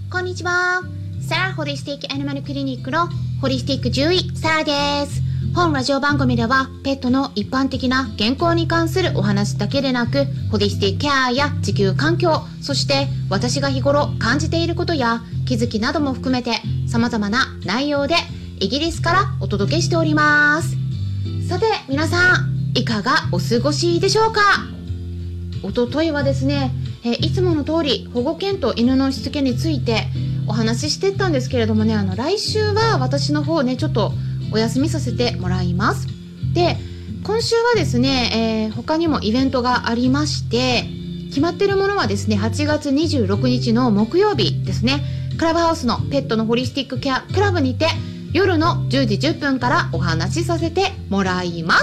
こんにちは。サラホリスティックアニマルクリニックのホリスティック獣医サラです。本ラジオ番組ではペットの一般的な健康に関するお話だけでなく、ホリスティックケアや地球環境、そして私が日頃感じていることや気づきなども含めて様々な内容でイギリスからお届けしております。さて皆さん、いかがお過ごしでしょうか。おとといはですね、いつもの通り保護犬と犬のしつけについてお話ししてったんですけれどもね、来週は私の方ねちょっとお休みさせてもらいます。で、今週はですね、他にもイベントがありまして、決まっているものはですね、8月26日の木曜日ですね、クラブハウスのペットのホリスティックケアクラブにて夜の10時10分からお話しさせてもらいます。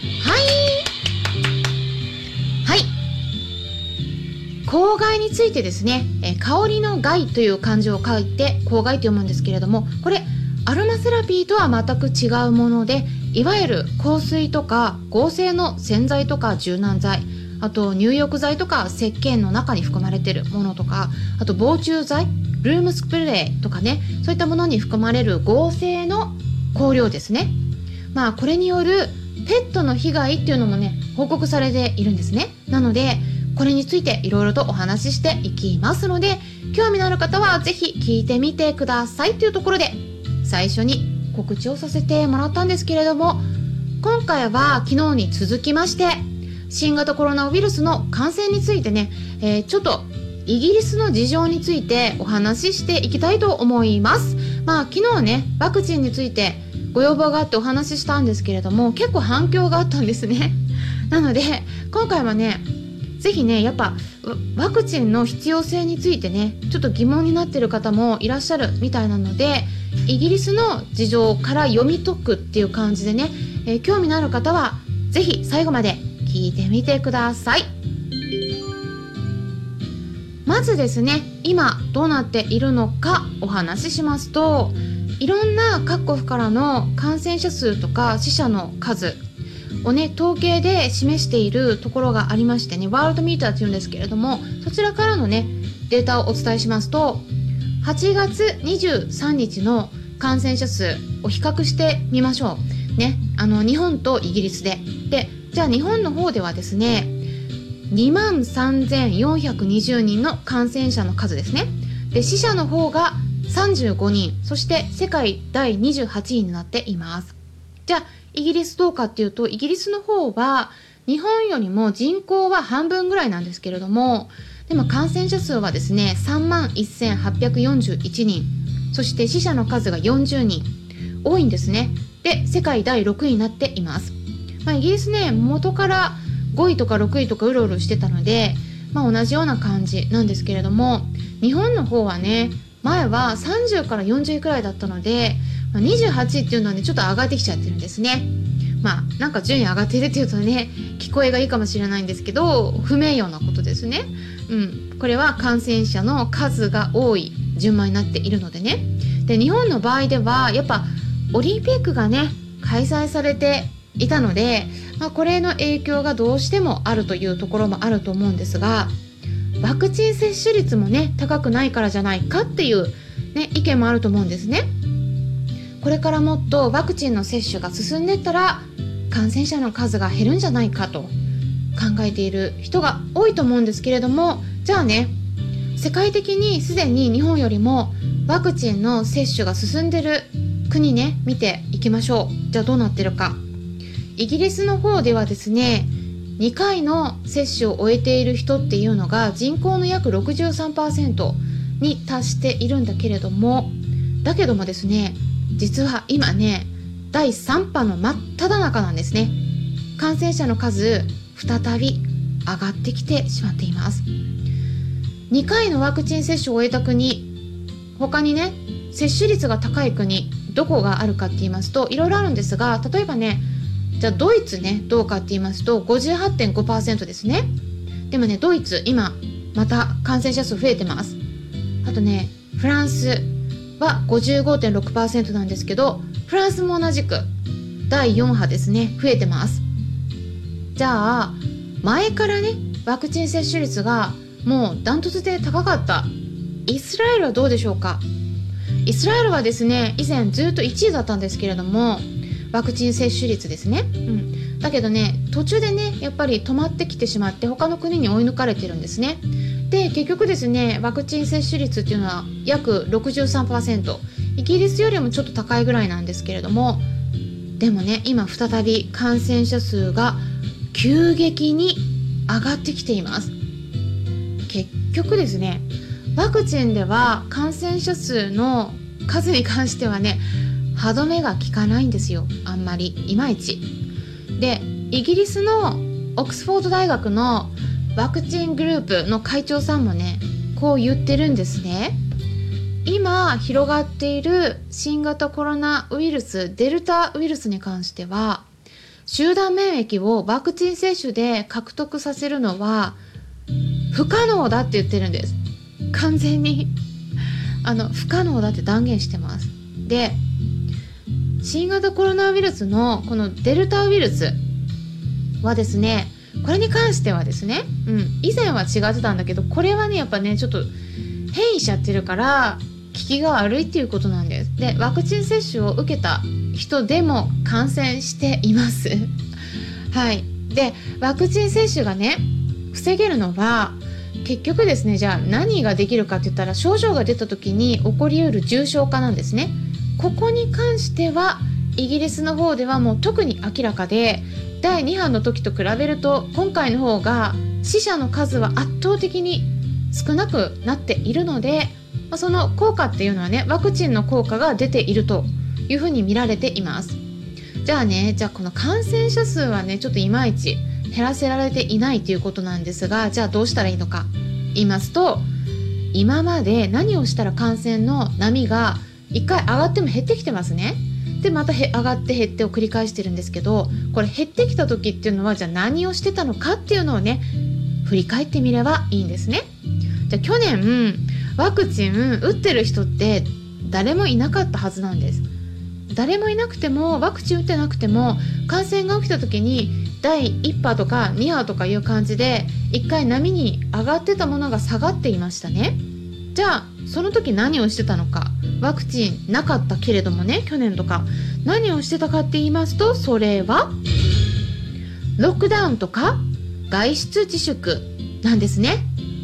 はい、口外についてですね、香りの害という漢字を書いて口外と読むんですけれども、これアロマセラピーとは全く違うもので、いわゆる香水とか合成の洗剤とか柔軟剤、あと入浴剤とか石鹸の中に含まれているものとか、あと防虫剤、ルームスプレーとかね、そういったものに含まれる合成の香料ですね。これによるペットの被害っていうのもね報告されているんですね。なのでこれについていろいろとお話ししていきますので、興味のある方はぜひ聞いてみてくださいというところで、最初に告知をさせてもらったんですけれども、今回は昨日に続きまして新型コロナウイルスの感染についてね、ちょっとイギリスの事情についてお話ししていきたいと思います。昨日ねワクチンについてご要望があってお話ししたんですけれども、結構反響があったんですね。なので今回はね、ぜひねやっぱワクチンの必要性についてねちょっと疑問になっている方もいらっしゃるみたいなので、イギリスの事情から読み解くっていう感じでね、興味のある方はぜひ最後まで聞いてみてください。まずですね、今どうなっているのかお話ししますと、いろんな各国からの感染者数とか死者の数をね統計で示しているところがありましてね、ワールドミーターっていうんですけれども、そちらからのねデータをお伝えしますと、8月23日の感染者数を比較してみましょうね。日本とイギリスでじゃあ日本の方ではですね、23,420人の感染者の数ですね。で、死者の方が35人、そして世界第28位になっています。じゃあイギリスどうかっていうと、イギリスの方は日本よりも人口は半分ぐらいなんですけれども、でも感染者数はですね 31,841 人、そして死者の数が40人多いんですね。で、世界第6位になっています。イギリスね元から5位とか6位とかうろうろしてたので、同じような感じなんですけれども、日本の方はね前は30から40位くらいだったので、28位っていうのはねちょっと上がってきちゃってるんですね。なんか順位上がってるっていうとね聞こえがいいかもしれないんですけど、不名誉なことですね。これは感染者の数が多い順番になっているのでね。で、日本の場合ではやっぱオリンピックがね開催されていたので、これの影響がどうしてもあるというところもあると思うんですが、ワクチン接種率もね高くないからじゃないかっていう、ね、意見もあると思うんですね。これからもっとワクチンの接種が進んでいったら感染者の数が減るんじゃないかと考えている人が多いと思うんですけれども、じゃあね世界的にすでに日本よりもワクチンの接種が進んでる国ね見ていきましょう。じゃあどうなってるか。イギリスの方ではですね、2回の接種を終えている人っていうのが人口の約 63% に達しているんだけれども、だけどもですね、実は今ね第3波の真っ只中なんですね。感染者の数再び上がってきてしまっています。2回のワクチン接種を終えた国、他にね接種率が高い国どこがあるかって言いますといろいろあるんですが、例えばね、じゃあドイツねどうかって言いますと 58.5% ですね。でもねドイツ今また感染者数増えてます。あとねフランスは 55.6% なんですけど、フランスも同じく第4波ですね増えてます。じゃあ前からねワクチン接種率がもうダントツで高かったイスラエルはどうでしょうか。イスラエルはですね、以前ずっと1位だったんですけれども、ワクチン接種率ですね、だけどね、途中でねやっぱり止まってきてしまって他の国に追い抜かれてるんですね。で結局ですね、ワクチン接種率っていうのは約 63%、 イギリスよりもちょっと高いぐらいなんですけれども、でもね今再び感染者数が急激に上がってきています。結局ですね、ワクチンでは感染者数の数に関してはね歯止めが効かないんですよ、あんまりいまいちで。イギリスのオックスフォード大学のワクチングループの会長さんもねこう言ってるんですね。今広がっている新型コロナウイルスデルタウイルスに関しては、集団免疫をワクチン接種で獲得させるのは不可能だって言ってるんです。完全に不可能だって断言してます。で新型コロナウイルスのこのデルタウイルスはですね、これに関してはですね、以前は違ってたんだけど、これはねやっぱねちょっと変異しちゃってるから効きが悪いっていうことなんです。でワクチン接種を受けた人でも感染していますはい。でワクチン接種がね防げるのは結局ですね、じゃあ何ができるかって言ったら、症状が出た時に起こりうる重症化なんですね。ここに関してはイギリスの方ではもう特に明らかで、第2波の時と比べると今回の方が死者の数は圧倒的に少なくなっているので、その効果っていうのはね、ワクチンの効果が出ているというふうに見られています。じゃあこの感染者数はねちょっといまいち減らせられていないということなんですが、じゃあどうしたらいいのか言いますと、今まで何をしたら感染の波が一回上がっても減ってきてますね。でまた上がって減ってを繰り返してるんですけど、これ減ってきた時っていうのはじゃあ何をしてたのかっていうのをね振り返ってみればいいんですね。じゃあ去年ワクチン打ってる人って誰もいなかったはずなんです。誰もいなくても、ワクチン打ってなくても感染が起きた時に第1波とか2波とかいう感じで一回波に上がってたものが下がっていましたね。じゃあその時何をしてたのか、ワクチンなかったけれどもね、去年とか何をしてたかって言いますと、それはロックダウンとか外出自粛なんですね。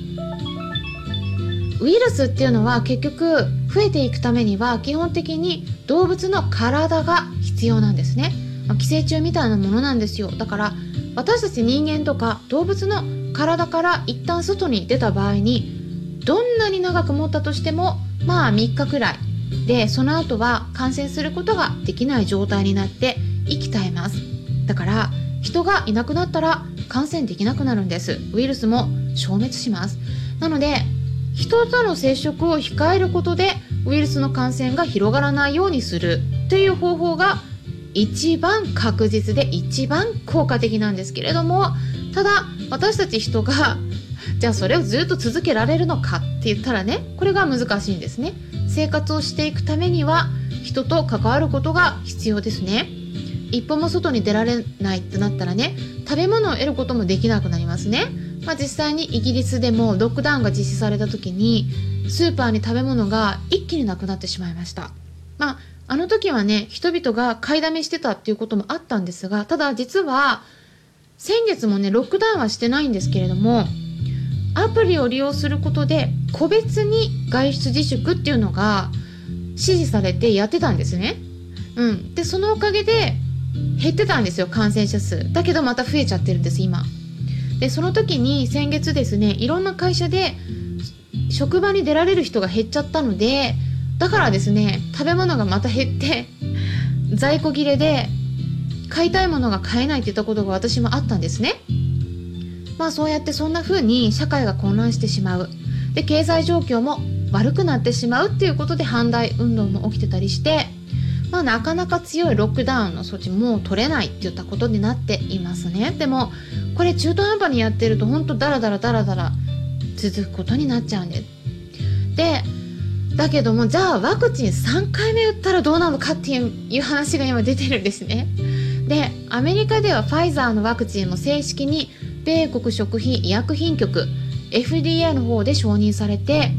ウイルスっていうのは結局増えていくためには基本的に動物の体が必要なんですね。寄生虫みたいなものなんですよ。だから私たち人間とか動物の体から一旦外に出た場合に、どんなに長く持ったとしても3日くらいで、その後は感染することができない状態になって息絶えます。だから人がいなくなったら感染できなくなるんです。ウイルスも消滅します。なので人との接触を控えることでウイルスの感染が広がらないようにするという方法が一番確実で一番効果的なんですけれども、ただ私たち人がじゃあそれをずっと続けられるのかって言ったらね、これが難しいんですね。生活をしていくためには人と関わることが必要ですね。一歩も外に出られないってなったらね、食べ物を得ることもできなくなりますね。実際にイギリスでもロックダウンが実施された時にスーパーに食べ物が一気になくなってしまいました。あの時はね人々が買いだめしてたっていうこともあったんですが、ただ実は先月もねロックダウンはしてないんですけれども、アプリを利用することで個別に外出自粛っていうのが指示されてやってたんですね。でそのおかげで減ってたんですよ、感染者数。だけどまた増えちゃってるんです今。でその時に先月ですね、いろんな会社で職場に出られる人が減っちゃったので、だからですね食べ物がまた減って在庫切れで買いたいものが買えないっていったことが私もあったんですね。そうやってそんな風に社会が混乱してしまう。で経済状況も悪くなってしまうっていうことで反対運動も起きてたりして、なかなか強いロックダウンの措置も取れないっていったことになっていますね。でもこれ中途半端にやってると本当ダラダラ続くことになっちゃうんです。でだけども、じゃあワクチン3回目打ったらどうなのかっていう話が今出てるんですね。でアメリカではファイザーのワクチンも正式に米国食品医薬品局 FDA の方で承認されて、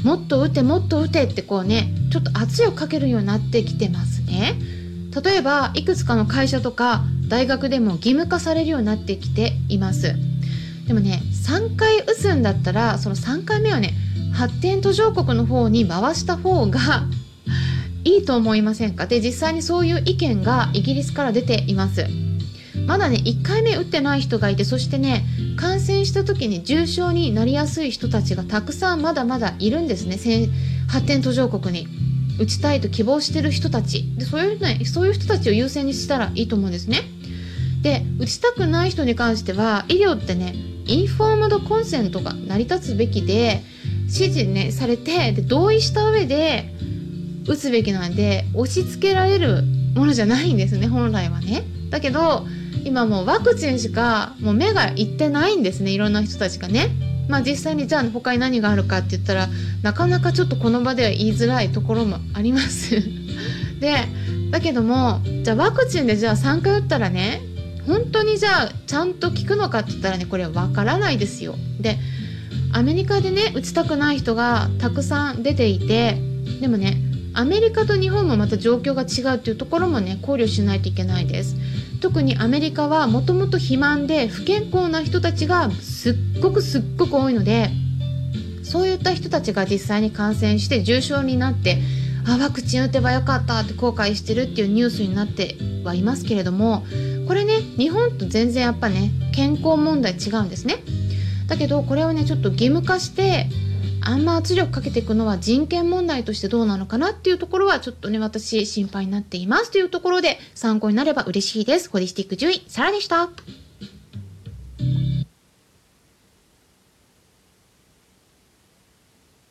もっと打てもっと打てってこうね、ちょっと圧力かけるようになってきてますね。例えばいくつかの会社とか大学でも義務化されるようになってきています。でもね、3回打つんだったらその3回目はね、発展途上国の方に回した方がいいと思いませんか。で、実際にそういう意見がイギリスから出ています。まだね1回目打ってない人がいて、そしてね感染した時に重症になりやすい人たちがたくさんまだまだいるんですね。発展途上国に打ちたいと希望してる人たちで、そういう人たちを優先にしたらいいと思うんですね。で、打ちたくない人に関しては医療ってね、インフォームドコンセントが成り立つべきで、指示ねされて、で同意した上で打つべきなんで、押し付けられるものじゃないんですね、本来はね。だけど今もうワクチンしかもう目がいってないんですね、いろんな人たちがね。実際にじゃあ他に何があるかって言ったら、なかなかちょっとこの場では言いづらいところもありますで、だけどもじゃあワクチンでじゃあ3回打ったらね、本当にじゃあちゃんと効くのかって言ったらね、これはわからないですよ。で、アメリカでね打ちたくない人がたくさん出ていて、でもねアメリカと日本もまた状況が違うっていうところもね考慮しないといけないです。特にアメリカはもともと肥満で不健康な人たちがすっごく多いので、そういった人たちが実際に感染して重症になって、ワクチン打てばよかったって後悔してるっていうニュースになってはいますけれども、これね日本と全然やっぱね健康問題違うんですね。だけどこれをねちょっと義務化してあんま圧力かけていくのは人権問題としてどうなのかなっていうところはちょっとね私心配になっていますというところで、参考になれば嬉しいです。ホリスティック獣医サラでした。